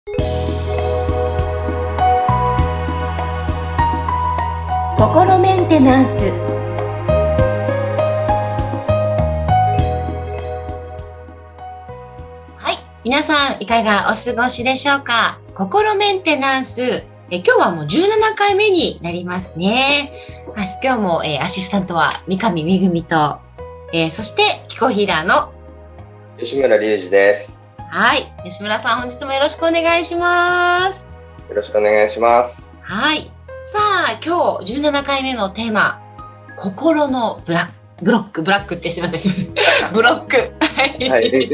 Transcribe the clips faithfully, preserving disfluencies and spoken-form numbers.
心メンテナンス。はい、皆さんいかがお過ごしでしょうか。心メンテナンス、え今日はもうじゅうななかいめになりますね。はい、今日も、えー、アシスタントは三上めぐみと、えー、そしてキコヒラの吉村隆二です。 はい、吉村さん、本日もよろしくお願いします。 よろしくお願いします。 はい、さあ今日じゅうななかいめのテーマ、心のブラックブロックブラックってすみませんブロックはい、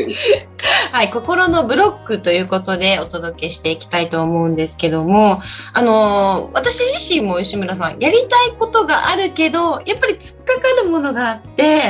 はい、心のブロックということでお届けしていきたいと思うんですけども、あのー、私自身も吉村さん、やりたいことがあるけどやっぱり突っかかるものがあって、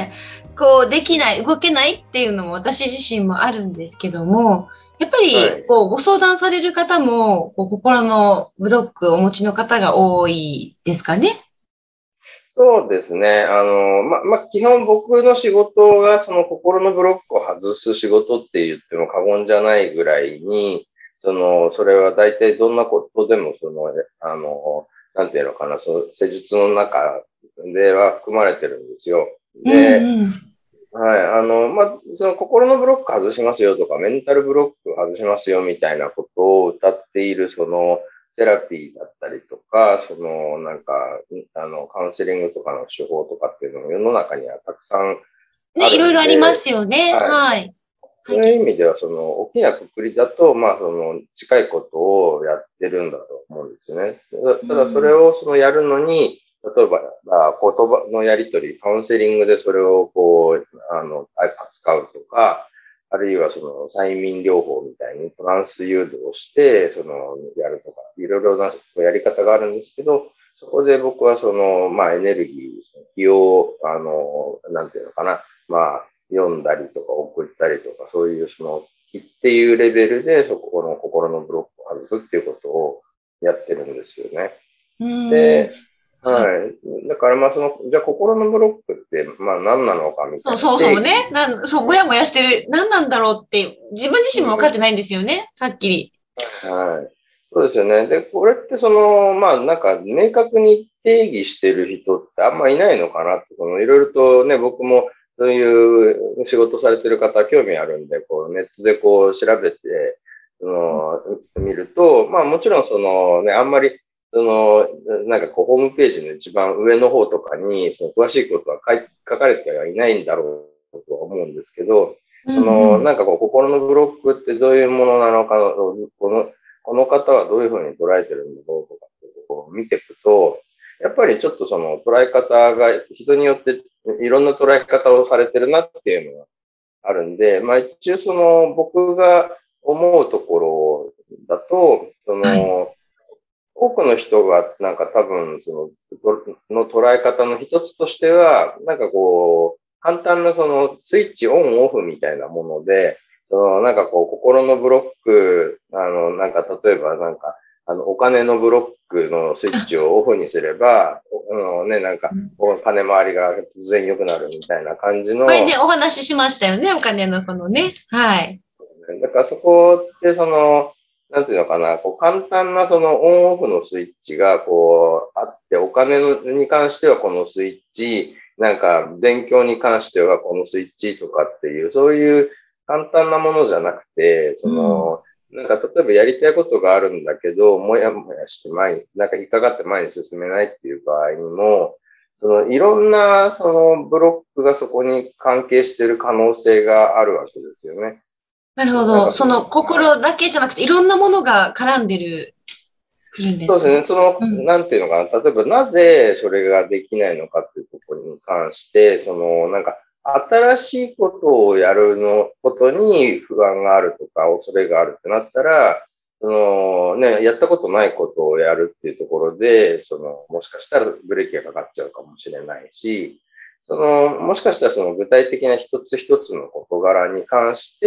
こうできない、動けないっていうのも私自身もあるんですけども、やっぱりこうご相談される方もこう心のブロックをお持ちの方が多いですかね。 そうですね。あの、ま、ま、基本僕の仕事がその心のブロックを外す仕事って言っても過言じゃないぐらいに、その、それは大体どんなことでもその、あの、なんていうのかな、その施術の中では含まれてるんですよ。で、うんうんはい。あの、まあ、その心のブロック外しますよとか、メンタルブロック外しますよみたいなことを歌っている、その、セラピーだったりとか、その、なんか、あの、カウンセリングとかの手法とかっていうのも世の中にはたくさんあるんで。 ね、いろいろありますよね。はい。はい、 そういう意味では、その、大きなくくりだと、まあ、その、近いことをやってるんだと思うんですよね。ただ、それを、その、やるのに、例えば、言葉のやりとり、カウンセリングでそれをこう、あの、扱うとか、あるいはその催眠療法みたいにトランス誘導をして、その、やるとか、いろいろなやり方があるんですけど、そこで僕はその、まあエネルギー、気を、あの、なんていうのかな、まあ、読んだりとか送ったりとか、そういうその、気っていうレベルで、そこの心のブロックを外すっていうことをやってるんですよね。で、はい。だからまあその、じゃあ心のブロックって、まあ何なのかみたいな。 そうそうそうね。なん、そう、もやもやしてる。何なんだろうって、自分自身も分かってないんですよね。はっきり。 はい。そうですよね。で、これってその、まあなんか明確に定義してる人ってあんまいないのかなって、そのいろいろとね、僕もそういう仕事されてる方興味あるんで、こうネットでこう調べて、その、見ると、まあもちろんそのね、あんまりその、なんかこう、ホームページの一番上の方とかに、その詳しいことは書い書かれてはいないんだろうとは思うんですけど、その、なんかこう、心のブロックってどういうものなのか、この、この方はどういうふうに捉えてるんだろうとかっていうところを見ていくと、やっぱりちょっとその捉え方が人によっていろんな捉え方をされてるなっていうのがあるんで、まあ一応その僕が思うところだと、その、はい多くの人が、なんか多分、その、の捉え方の一つとしては、なんかこう、簡単なその、スイッチオンオフみたいなもので、その、なんかこう、心のブロック、あの、なんか例えばなんか、あの、お金のブロックのスイッチをオフにすれば、あのね、なんか、金回りが突然良くなるみたいな感じの。 これね、お話ししましたよね、お金のこのね。はい。 だからそこってその、なんていうのかな、こう簡単なそのオンオフのスイッチがこうあって、お金に関してはこのスイッチ、なんか勉強に関してはこのスイッチとかっていう、そういう簡単なものじゃなくて、その、うん、なんか例えばやりたいことがあるんだけど、もやもやして前に、なんか引っかかって前に進めないっていう場合にも、そのいろんなそのブロックがそこに関係している可能性があるわけですよね。 なるほど。その心だけじゃなくて、いろんなものが絡んでる。 そうですね。その、うん、なんていうのかな。例えば、なぜそれができないのかっていうところに関して、その、なんか、新しいことをやるのことに不安があるとか、恐れがあるってなったら、その、ね、やったことないことをやるっていうところで、その、もしかしたらブレーキがかかっちゃうかもしれないし、その、もしかしたらその具体的な一つ一つの事柄に関して、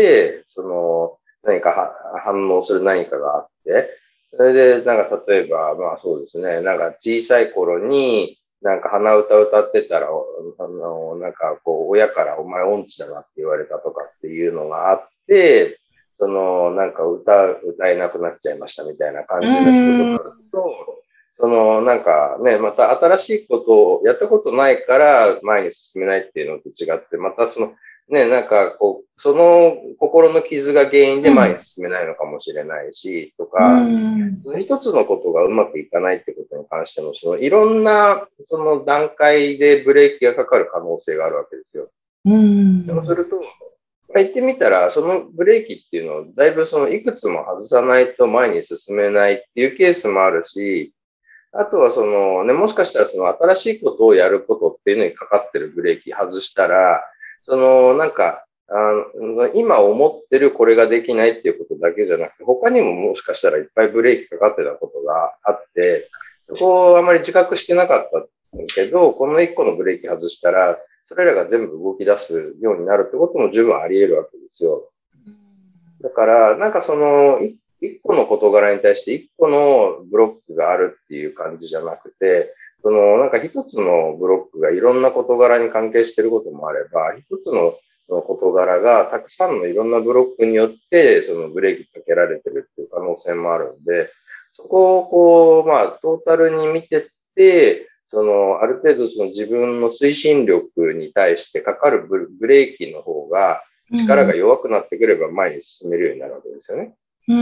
その、何か反応する何かがあって、それで、なんか例えば、まあそうですね、なんか小さい頃に、なんか鼻歌歌ってたら、あの、なんかこう、親からお前音痴だなって言われたとかっていうのがあって、 その、なんか歌、歌えなくなっちゃいましたみたいな感じの人とかだと、その、なんかね、また新しいことをやったことないから前に進めないっていうのと違って、またその、ね、なんかこう、その心の傷が原因で前に進めないのかもしれないし、とか、その一つのことがうまくいかないってことに関しても、そのいろんなその段階でブレーキがかかる可能性があるわけですよ。そうすると、言ってみたら、そのブレーキっていうのをだいぶそのいくつも外さないと前に進めないっていうケースもあるし、あとはそのね、もしかしたらその新しいことをやることっていうのにかかってるブレーキ外したら、そのなんか、あの今思ってるこれができないっていうことだけじゃなくて、他にももしかしたらいっぱいブレーキかかってたことがあって、そこをあまり自覚してなかったけど、この一個のブレーキ外したら、それらが全部動き出すようになるってことも十分あり得るわけですよ。だから、なんかその、一個の事柄に対して一個のブロックがあるっていう感じじゃなくて、その、なんか一つのブロックがいろんな事柄に関係していることもあれば、一つの事柄がたくさんのいろんなブロックによって、そのブレーキかけられてるっていう可能性もあるんで、そこをこう、まあ、トータルに見てって、その、ある程度その自分の推進力に対してかかるブレーキの方が、力が弱くなってくれば前に進めるようになるわけですよね。 うん、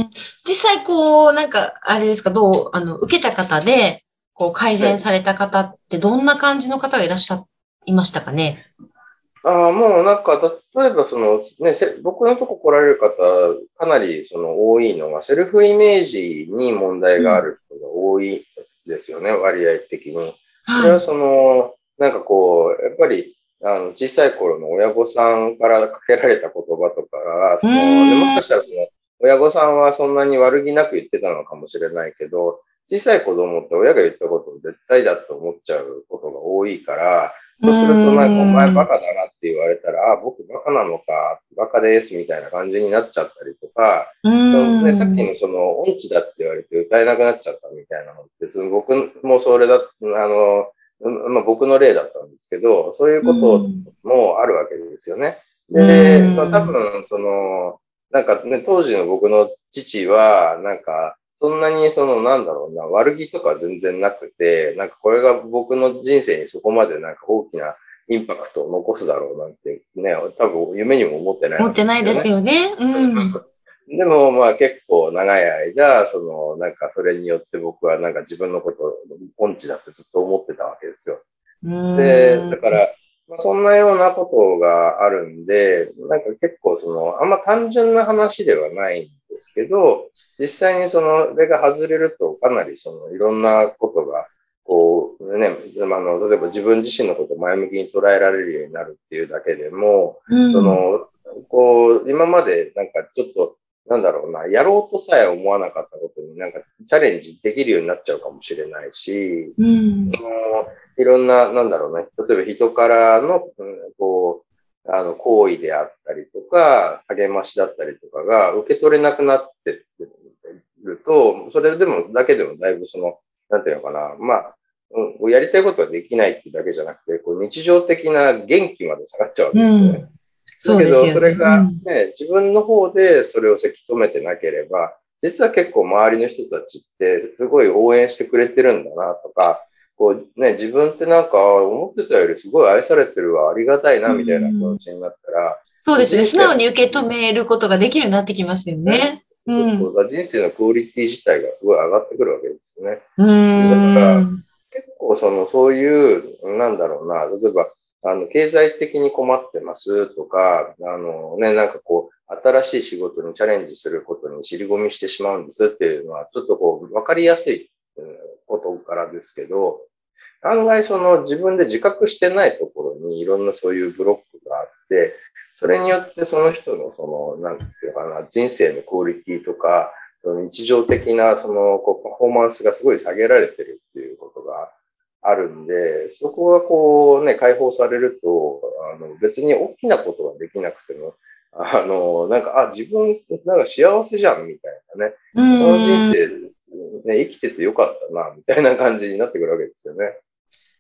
実際こう、なんか、あれですか、どう、あの、受けた方で、こう、改善された方ってどんな感じの方がいらっしゃいましたかね。 ああ、もうなんか、例えばその、ね、僕のとこ来られる方、かなりその多いのが、セルフイメージに問題がある人が多いですよね、うん、割合的に。それはその、なんかこう、やっぱり、あの、小さい頃の親御さんからかけられた言葉とかが、その、ね、もしかしたらその、親御さんはそんなに悪気なく言ってたのかもしれないけど、小さい子供って親が言ったことを絶対だと思っちゃうことが多いから、そうするとなんかお前バカだなって言われたら、あ、僕バカなのか、バカですみたいな感じになっちゃったりとか、そのね、さっきのその音痴だって言われて歌えなくなっちゃったみたいなのって、僕もそれだ、あの、まあ、僕の例だったんですけど、そういうこともあるわけですよね。で、まあ、多分その、なんかね、当時の僕の父は、なんか、そんなにそのなんだろうな、悪気とか全然なくて、なんかこれが僕の人生にそこまでなんか大きなインパクトを残すだろうなんてね、多分夢にも思ってないわけですよね。思ってないですよね。 うん。でもまあ結構長い間、そのなんかそれによって僕はなんか自分のことを音痴だってずっと思ってたわけですよ。で、だから、まあ、そんなようなことがあるんで、なんか結構その、あんま単純な話ではないんですけど、実際にその、それが外れるとかなりその、いろんなことが、こう、ね、あの、例えば自分自身のことを前向きに捉えられるようになるっていうだけでも、うん、その、こう、今までなんかちょっと、なんだろうな、やろうとさえ思わなかったことになんかチャレンジできるようになっちゃうかもしれないし、うん、いろんな、なんだろうね、例えば人からの、うん、こう、あの、行為であったりとか、励ましだったりとかが受け取れなくなってると、それでも、だけでもだいぶその、なんていうのかな、まあ、うん、やりたいことができないっていうだけじゃなくて、こう日常的な元気まで下がっちゃうわけですよね。うん、だけど、それがね、うん、自分の方でそれをせき止めてなければ、実は結構周りの人たちってすごい応援してくれてるんだなとか、こうね、自分ってなんか思ってたよりすごい愛されてるわ、ありがたいなみたいな気持ちになったら、うん、 そうですね、素直に受け止めることができるようになってきますよね。ね、 うん、そう人生のクオリティ自体がすごい上がってくるわけですよね。うん、だから結構そのそういう、なんだろうな、例えばあの経済的に困ってますとか、あのね、なんかこう、新しい仕事にチャレンジすることに尻込みしてしまうんですっていうのは、ちょっとこう、わかりやすいことからですけど、案外その自分で自覚してないところにいろんなそういうブロックがあって、それによってその人のその、なんていうかな、人生のクオリティとか、その日常的なそのこうパフォーマンスがすごい下げられてるっていうことがあるんで、そこがこうね、解放されると、あの別に大きなことはできなくても、あの、なんか、あ、自分、なんか幸せじゃんみたいなね。この人生、ね、生きててよかったな、みたいな感じになってくるわけですよね。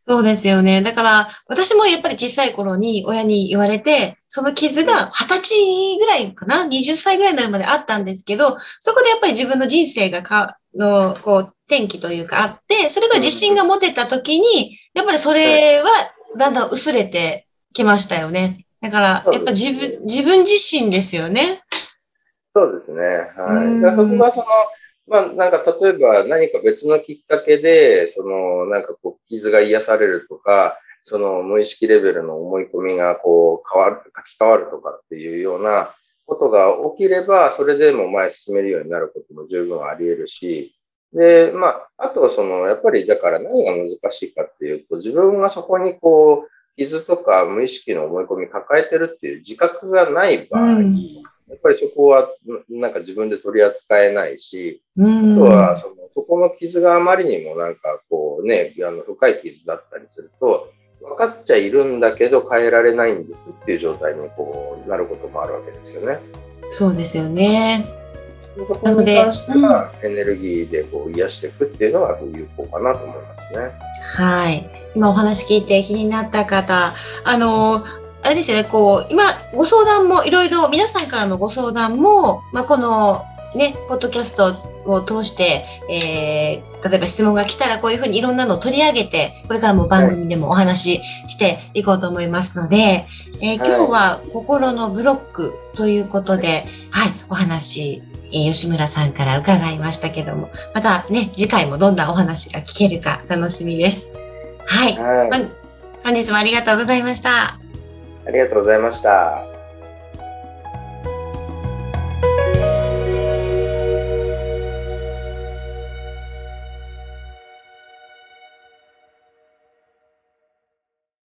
そうですよね。だから、私もやっぱり小さい頃に親に言われて、その傷がはたちぐらいかな ?はたちぐらいになるまであったんですけど、そこでやっぱり自分の人生がか、の、こう、転機というかあって、それが自信が持てた時に、やっぱりそれはだんだん薄れてきましたよね。だから、やっぱ自分、自分自身ですよね。 そうですね。 うはい。だからそこん。 がその、まあなんか例えば何か別のきっかけで、そのなんかこう傷が癒されるとか、その無意識レベルの思い込みがこう変わる、書き換わるとかっていうようなことが起きれば、それでも前進めるようになることも十分あり得るし、で、まあ、あとその、やっぱりだから何が難しいかっていうと、自分がそこにこう、傷とか無意識の思い込み抱えてるっていう自覚がない場合、 うん。 やっぱりそこは、なんか自分で取り扱えないし、 うあとは、 ん。 その、そこの傷があまりにもなんかこうね、あの、深い傷だったりすると、分かっちゃいるんだけど変えられないんですっていう状態にこう、なることもあるわけですよね。 そうですよね。 そこなので、 に関してうん。 は、エネルギーでこう癒していくっていうのは有効かなと思いますね。 はい。今お話聞いて気になった方、あの、あれですよね、こう、今、ご相談もいろいろ、皆さんからのご相談も、まあ、この、ね、ポッドキャストを通して、えー、例えば質問が来たらこういうふうにいろんなのを取り上げて、これからも番はい。 組でもお話ししていこうと思いますので、えー、今日はい。 は心のブロックということで、はい、お話、えー、吉村さんから伺いましたけども、またね、次回もどんなお話が聞けるか楽しみです。はい。 はい。 本日もありがとうございました。 ありがとうございました。